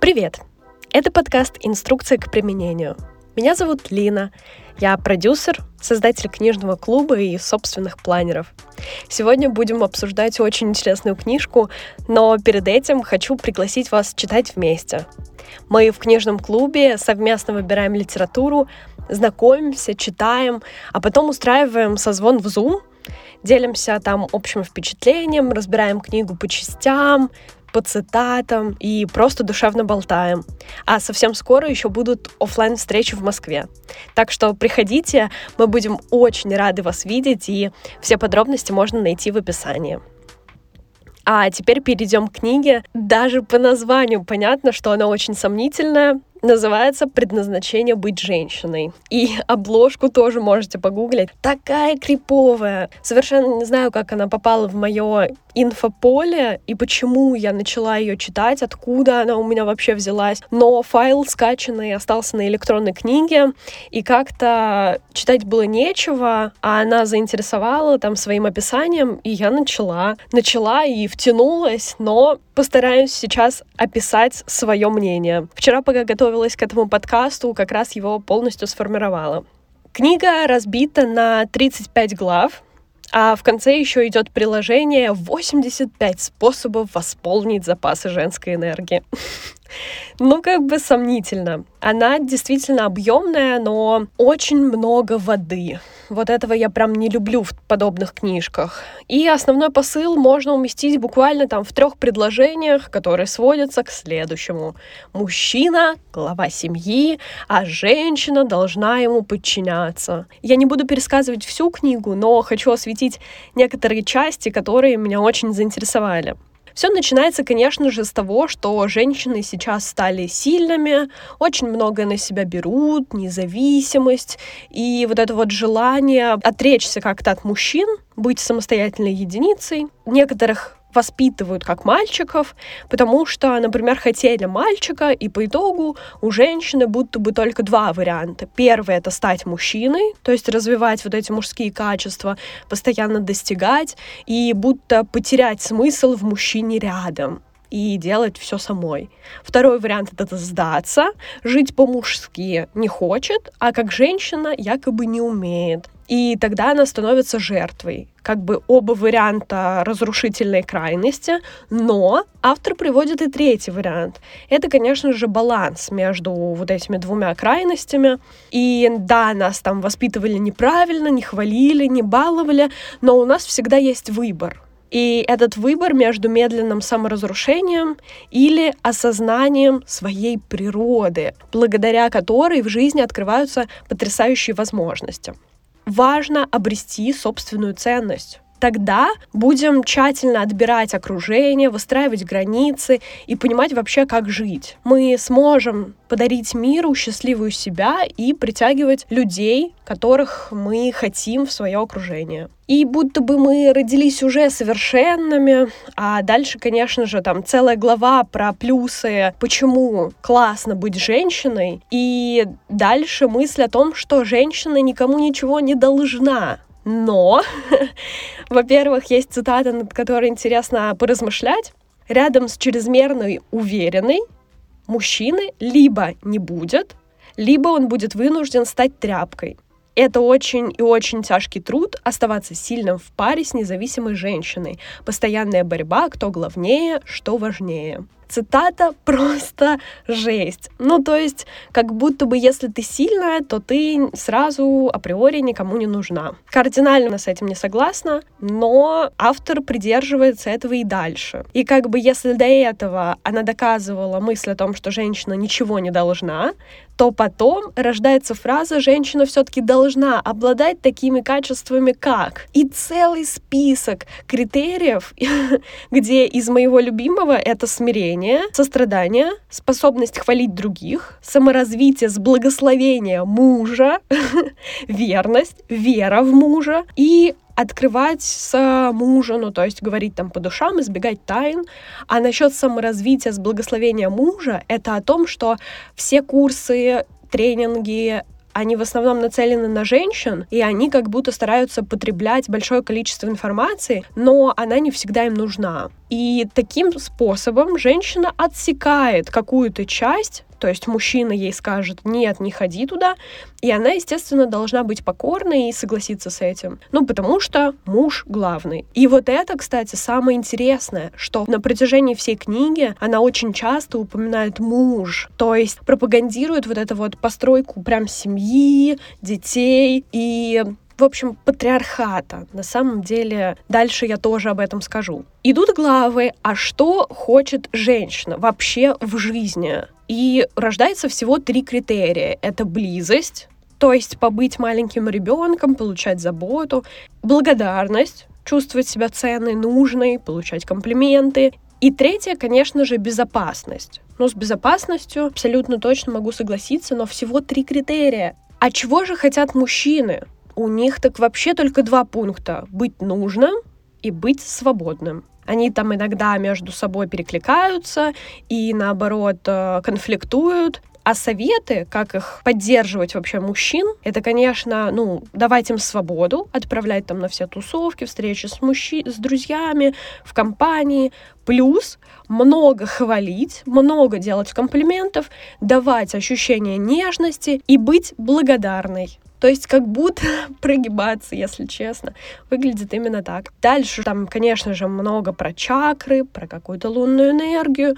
Привет! Это подкаст «Инструкция к применению». Меня зовут Лина. Я продюсер, создатель книжного клуба и собственных планеров. Сегодня будем обсуждать очень интересную книжку, но перед этим хочу пригласить вас читать вместе. Мы в книжном клубе совместно выбираем литературу, знакомимся, читаем, а потом устраиваем созвон в Zoom, делимся там общим впечатлением, разбираем книгу по частям, по цитатам и просто душевно болтаем. А совсем скоро еще будут офлайн-встречи в Москве. Так что приходите, мы будем очень рады вас видеть, и все подробности можно найти в описании. А теперь перейдем к книге. Даже по названию понятно, что она очень сомнительная. Называется «Предназначение быть женщиной». И обложку тоже можете погуглить. Такая криповая. Совершенно не знаю, как она попала в мое инфополе и почему я начала ее читать, откуда она у меня вообще взялась. Но файл скачанный остался на электронной книге, и как-то читать было нечего, а она заинтересовала там своим описанием, и я начала и втянулась, но постараюсь сейчас описать свое мнение. Вчера, пока готовилась к этому подкасту, как раз его полностью сформировала. Книга разбита на 35 глав, а в конце еще идет приложение «85 способов восполнить запасы женской энергии». Ну, как бы сомнительно. Она действительно объемная, но очень много воды. Вот этого я прям не люблю в подобных книжках. И основной посыл можно уместить буквально там в 3 предложениях, которые сводятся к следующему. Мужчина — глава семьи, а женщина должна ему подчиняться. Я не буду пересказывать всю книгу, но хочу осветить некоторые части, которые меня очень заинтересовали. Все начинается, конечно же, с того, что женщины сейчас стали сильными, очень многое на себя берут, независимость, и вот это вот желание отречься как-то от мужчин, быть самостоятельной единицей. Некоторых воспитывают как мальчиков, потому что, например, хотели мальчика, и по итогу у женщины будто бы только 2 варианта. Первый — это стать мужчиной, то есть развивать вот эти мужские качества, постоянно достигать, и будто потерять смысл в мужчине рядом и делать все самой. Второй вариант — это сдаться, жить по-мужски не хочет, а как женщина якобы не умеет. И тогда она становится жертвой. Как бы оба варианта разрушительной крайности, но автор приводит и 3-й вариант. Это, конечно же, баланс между вот этими 2 крайностями. И да, нас там воспитывали неправильно, не хвалили, не баловали, но у нас всегда есть выбор. И этот выбор между медленным саморазрушением или осознанием своей природы, благодаря которой в жизни открываются потрясающие возможности. Важно обрести собственную ценность. Тогда будем тщательно отбирать окружение, выстраивать границы и понимать вообще, как жить. Мы сможем подарить миру счастливую себя и притягивать людей, которых мы хотим в свое окружение. И будто бы мы родились уже совершенными, а дальше, конечно же, там целая глава про плюсы, почему классно быть женщиной, и дальше мысль о том, что женщина никому ничего не должна. Но, во-первых, есть цитата, над которой интересно поразмышлять. Рядом с чрезмерной уверенной мужчины либо не будет, либо он будет вынужден стать тряпкой. Это очень и очень тяжкий труд — оставаться сильным в паре с независимой женщиной. Постоянная борьба, кто главнее, что важнее. Цитата просто жесть. Ну, то есть, как будто бы, если ты сильная, то ты сразу априори никому не нужна. Кардинально с этим не согласна, но автор придерживается этого и дальше. И как бы, если до этого она доказывала мысль о том, что женщина ничего не должна, то потом рождается фраза «женщина все-таки должна обладать такими качествами, как…» И целый список критериев, где из моего любимого это смирение, сострадание, способность хвалить других, саморазвитие с благословения мужа, верность, вера в мужа и открывать с мужа, ну, то есть говорить там по душам, избегать тайн. А насчет саморазвития с благословения мужа, это о том, что все курсы, тренинги, они в основном нацелены на женщин, и они как будто стараются потреблять большое количество информации, но она не всегда им нужна. И таким способом женщина отсекает какую-то часть, то есть мужчина ей скажет: нет, не ходи туда, и она, естественно, должна быть покорной и согласиться с этим. Потому что муж главный. И вот это, кстати, самое интересное, что на протяжении всей книги она очень часто упоминает муж, то есть пропагандирует вот эту вот постройку прям семьи, детей и... в общем, патриархата. На самом деле, дальше я тоже об этом скажу. Идут главы, а что хочет женщина вообще в жизни? И рождается всего 3 критерия. Это близость, то есть побыть маленьким ребенком, получать заботу, благодарность, чувствовать себя ценной, нужной, получать комплименты. И 3, конечно же, безопасность. С безопасностью абсолютно точно могу согласиться, но всего 3 критерия. А чего же хотят мужчины? У них так вообще только 2 пункта: быть нужным и быть свободным. Они там иногда между собой перекликаются и, наоборот, конфликтуют. А советы, как их поддерживать вообще мужчин, это, конечно, давать им свободу, отправлять там на все тусовки, встречи с друзьями, в компании. Плюс много хвалить, много делать комплиментов, давать ощущение нежности и быть благодарной. То есть как будто прогибаться, если честно. Выглядит именно так. Дальше там, конечно же, много про чакры, про какую-то лунную энергию.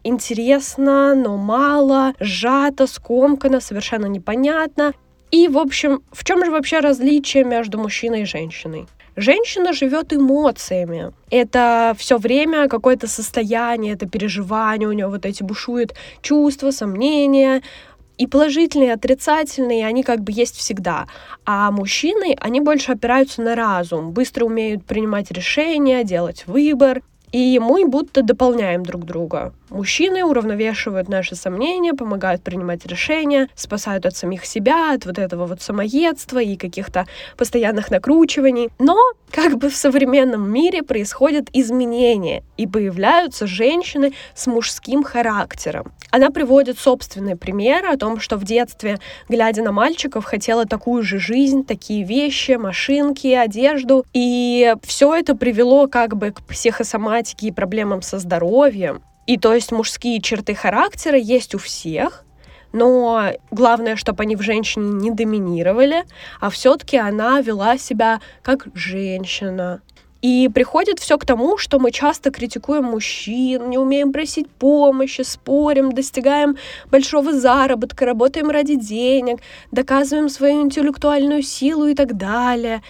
Интересно, но мало, сжато, скомкано, совершенно непонятно. И, в общем, в чем же вообще различие между мужчиной и женщиной? Женщина живет эмоциями. Это все время какое-то состояние, это переживание, у нее вот эти бушуют чувства, сомнения. И положительные, и отрицательные, они как бы есть всегда. А мужчины, они больше опираются на разум, быстро умеют принимать решения, делать выбор. И мы будто дополняем друг друга. Мужчины уравновешивают наши сомнения, помогают принимать решения, спасают от самих себя, от вот этого вот самоедства и каких-то постоянных накручиваний. Но как бы в современном мире происходят изменения, и появляются женщины с мужским характером. Она приводит собственные примеры о том, что в детстве, глядя на мальчиков, хотела такую же жизнь, такие вещи, машинки, одежду. И все это привело как бы к психосоматике и проблемам со здоровьем. И то есть мужские черты характера есть у всех, но главное, чтобы они в женщине не доминировали, а все-таки она вела себя как женщина. И приходит все к тому, что мы часто критикуем мужчин, не умеем просить помощи, спорим, достигаем большого заработка, работаем ради денег, доказываем свою интеллектуальную силу и так далее.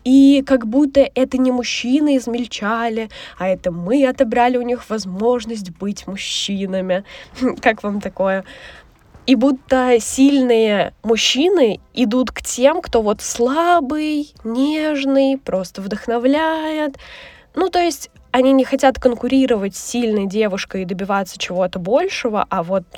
И как будто это не мужчины измельчали, а это мы отобрали у них возможность быть мужчинами. Как вам такое? И будто сильные мужчины идут к тем, кто вот слабый, нежный, просто вдохновляет. То есть они не хотят конкурировать с сильной девушкой и добиваться чего-то большего, а вот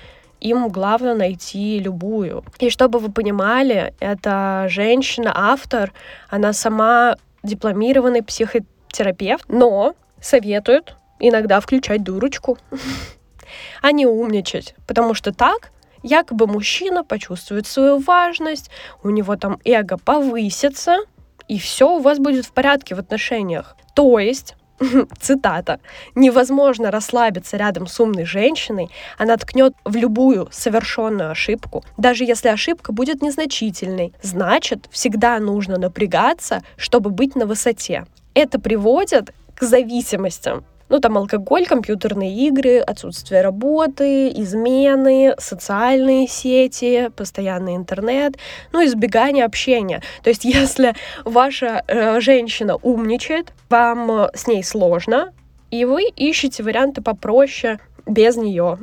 им главное найти любую. И чтобы вы понимали, эта женщина-автор, она сама дипломированный психотерапевт, но советует иногда включать дурочку, а не умничать, потому что так якобы мужчина почувствует свою важность, у него там эго повысится, и все у вас будет в порядке в отношениях. То есть, цитата, «невозможно расслабиться рядом с умной женщиной, она ткнет в любую совершенную ошибку, даже если ошибка будет незначительной. Значит, всегда нужно напрягаться, чтобы быть на высоте». Это приводит к зависимостям. Алкоголь, компьютерные игры, отсутствие работы, измены, социальные сети, постоянный интернет, избегание общения. То есть, если ваша женщина умничает, вам с ней сложно, и вы ищете варианты попроще без нее.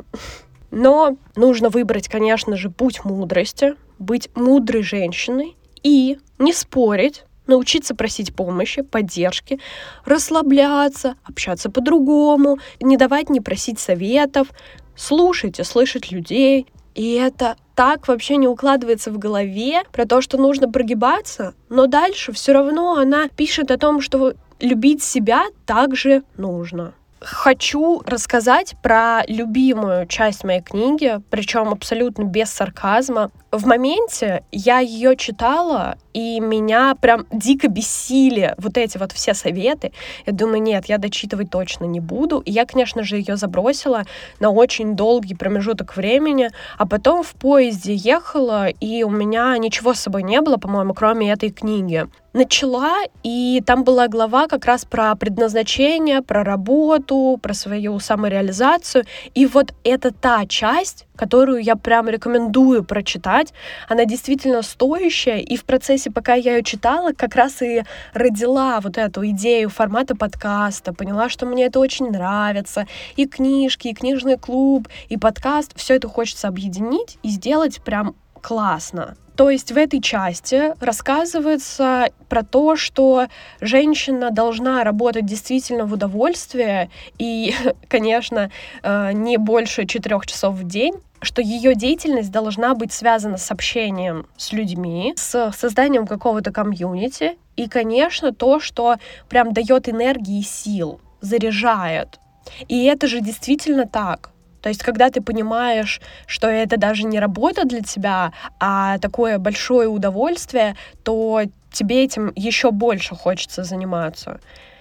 Но нужно выбрать, конечно же, путь мудрости, быть мудрой женщиной и не спорить, научиться просить помощи, поддержки, расслабляться, общаться по-другому, не давать, не просить советов, слушать и слышать людей. И это так вообще не укладывается в голове про то, что нужно прогибаться, но дальше все равно она пишет о том, что любить себя также нужно. Хочу рассказать про любимую часть моей книги, причем абсолютно без сарказма. В моменте я ее читала, и меня прям дико бесили вот эти вот все советы. Я думаю, нет, я дочитывать точно не буду. И я, конечно же, ее забросила на очень долгий промежуток времени, а потом в поезде ехала, и у меня ничего с собой не было, по-моему, кроме этой книги. Начала, и там была глава как раз про предназначение, про работу, про свою самореализацию. И вот это та часть, которую я прям рекомендую прочитать. Она действительно стоящая, и в процессе, пока я ее читала, как раз и родила вот эту идею формата подкаста, поняла, что мне это очень нравится. И книжки, и книжный клуб, и подкаст. Все это хочется объединить и сделать прям классно. То есть в этой части рассказывается про то, что женщина должна работать действительно в удовольствие и, конечно, не больше 4 часов в день, что ее деятельность должна быть связана с общением с людьми, с созданием какого-то комьюнити и, конечно, то, что прям дает энергии и сил, заряжает. И это же действительно так. То есть, когда ты понимаешь, что это даже не работа для тебя, а такое большое удовольствие, то тебе этим еще больше хочется заниматься.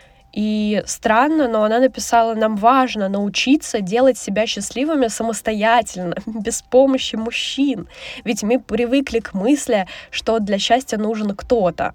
И странно, но она написала: нам важно научиться делать себя счастливыми самостоятельно, без помощи мужчин. Ведь мы привыкли к мысли, что для счастья нужен кто-то.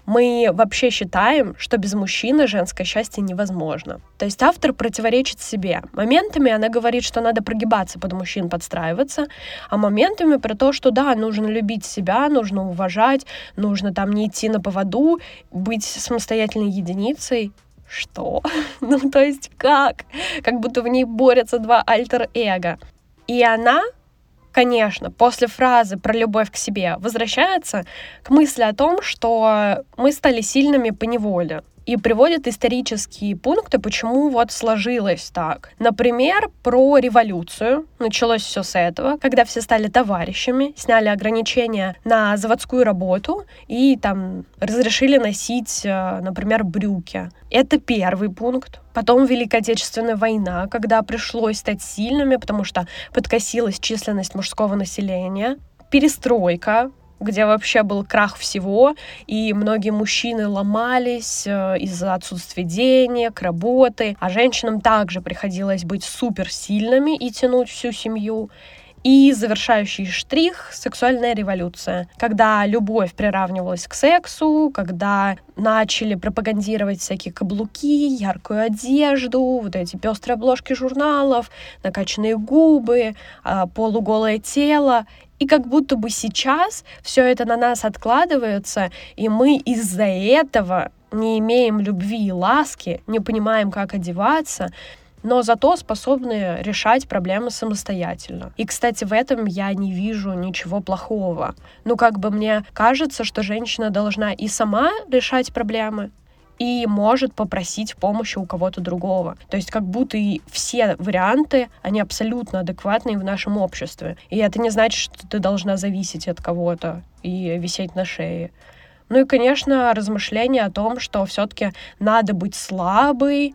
Мы вообще считаем, что без мужчины женское счастье невозможно. То есть автор противоречит себе. Моментами она говорит, что надо прогибаться под мужчин, подстраиваться, а моментами про то, что да, нужно любить себя, нужно уважать, нужно там не идти на поводу, быть самостоятельной единицей. Что? Ну, то есть как? Как будто в ней борются два альтер-эго. И она, конечно, после фразы про любовь к себе возвращается к мысли о том, что мы стали сильными поневоле. И приводит исторические пункты, почему вот сложилось так. Например, про революцию. Началось все с этого, когда все стали товарищами, сняли ограничения на заводскую работу и там разрешили носить, например, брюки. Это первый пункт. Потом Великая Отечественная война, когда пришлось стать сильными, потому что подкосилась численность мужского населения. Перестройка, где вообще был крах всего, и многие мужчины ломались из-за отсутствия денег, работы, а женщинам также приходилось быть суперсильными и тянуть всю семью. И завершающий штрих — сексуальная революция, когда любовь приравнивалась к сексу, когда начали пропагандировать всякие каблуки, яркую одежду, вот эти пестрые обложки журналов, накачанные губы, полуголое тело. И как будто бы сейчас все это на нас откладывается, и мы из-за этого не имеем любви и ласки, не понимаем, как одеваться, но зато способны решать проблемы самостоятельно. И, кстати, в этом я не вижу ничего плохого. Ну, как бы мне кажется, что женщина должна и сама решать проблемы, и может попросить помощи у кого-то другого. То есть как будто и все варианты, они абсолютно адекватные в нашем обществе. И это не значит, что ты должна зависеть от кого-то и висеть на шее. Ну и, конечно, размышления о том, что все-таки надо быть слабой,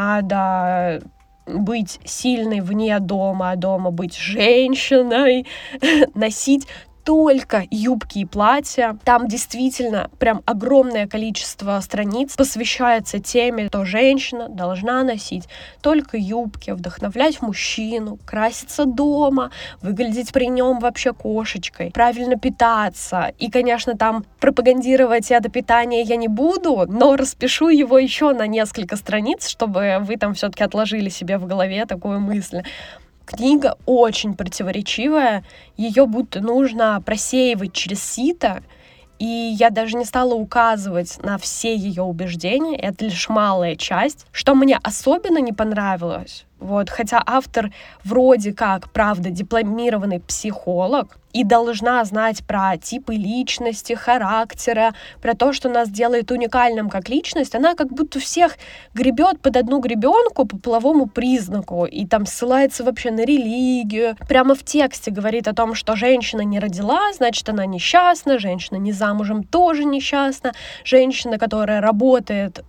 надо быть сильной вне дома, а дома быть женщиной, носить только юбки и платья. Там действительно прям огромное количество страниц посвящается теме, что женщина должна носить только юбки, вдохновлять мужчину, краситься дома, выглядеть при нем вообще кошечкой, правильно питаться. И, конечно, там пропагандировать это питание я не буду, но распишу его еще на несколько страниц, чтобы вы там все-таки отложили себе в голове такую мысль. Книга очень противоречивая, ее будто нужно просеивать через сито, и я даже не стала указывать на все ее убеждения, это лишь малая часть. Что мне особенно не понравилось, вот, хотя автор вроде как, правда, дипломированный психолог и должна знать про типы личности, характера, про то, что нас делает уникальным как личность, она как будто всех гребет под одну гребенку по половому признаку и там ссылается вообще на религию. Прямо в тексте говорит о том, что женщина не родила, значит, она несчастна, женщина не замужем тоже несчастна, женщина, которая работает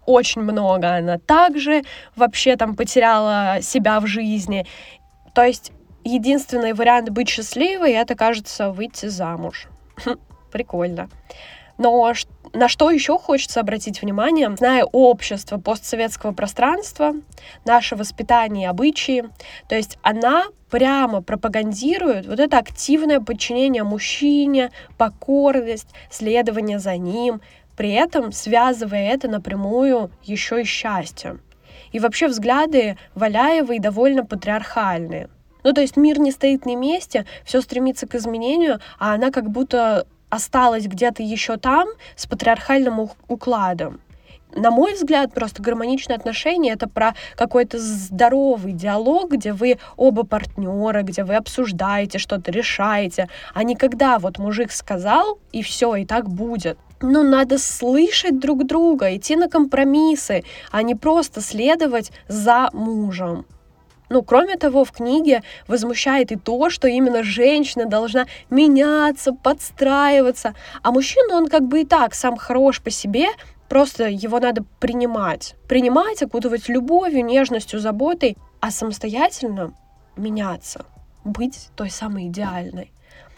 очень много, она также вообще там потеряла себя в жизни. То есть единственный вариант быть счастливой — это, кажется, выйти замуж. Прикольно. Но на что еще хочется обратить внимание, зная общество постсоветского пространства, наше воспитание и обычаи, то есть она прямо пропагандирует вот это активное подчинение мужчине, покорность, следование за ним, при этом связывая это напрямую еще и с счастьем. И вообще взгляды Валяевой довольно патриархальные. Ну, то есть мир не стоит на месте, все стремится к изменению, а она как будто осталась где-то еще там с патриархальным укладом. На мой взгляд, просто гармоничные отношения — это про какой-то здоровый диалог, где вы оба партнера, где вы обсуждаете что-то, решаете, а не когда вот мужик сказал, и все, и так будет. Ну, надо слышать друг друга, идти на компромиссы, а не просто следовать за мужем. Ну, кроме того, в книге возмущает и то, что именно женщина должна меняться, подстраиваться, а мужчина, он как бы и так сам хорош по себе, просто его надо принимать. Принимать, окутывать любовью, нежностью, заботой, а самостоятельно меняться, быть той самой идеальной.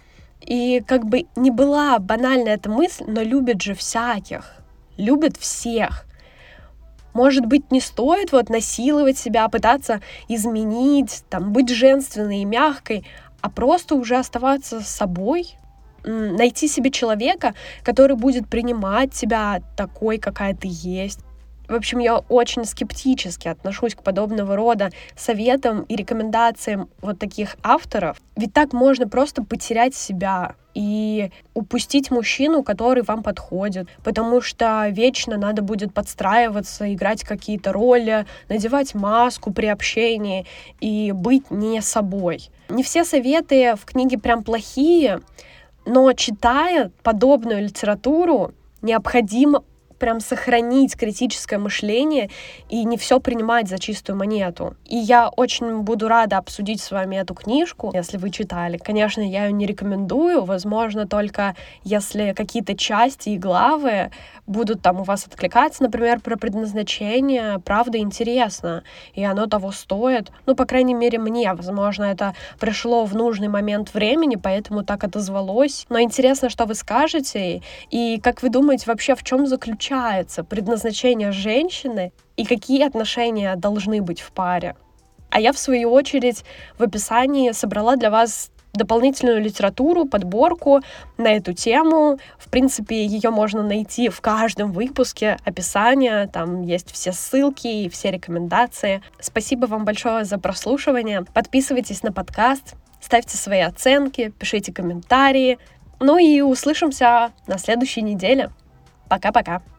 И как бы не была банальна эта мысль, но любят же всяких, любят всех. Может быть, не стоит вот насиловать себя, пытаться изменить, там, быть женственной и мягкой, а просто уже оставаться собой, найти себе человека, который будет принимать тебя такой, какая ты есть. В общем, я очень скептически отношусь к подобного рода советам и рекомендациям вот таких авторов. Ведь так можно просто потерять себя и упустить мужчину, который вам подходит, потому что вечно надо будет подстраиваться, играть какие-то роли, надевать маску при общении и быть не собой. Не все советы в книге прям плохие, но читая подобную литературу, необходимо прям сохранить критическое мышление и не все принимать за чистую монету. И я очень буду рада обсудить с вами эту книжку, если вы читали. Конечно, я ее не рекомендую, возможно, только если какие-то части и главы будут там у вас откликаться, например, про предназначение, правда интересно, и оно того стоит. Ну, по крайней мере, мне, возможно, это пришло в нужный момент времени, поэтому так отозвалось. Но интересно, что вы скажете, и как вы думаете вообще, в чем заключается предназначение женщины и какие отношения должны быть в паре. А я, в свою очередь, в описании собрала для вас дополнительную литературу, подборку на эту тему. В принципе, ее можно найти в каждом выпуске описания. Там есть все ссылки и все рекомендации. Спасибо вам большое за прослушивание. Подписывайтесь на подкаст, ставьте свои оценки, пишите комментарии. Ну и услышимся на следующей неделе. Пока-пока.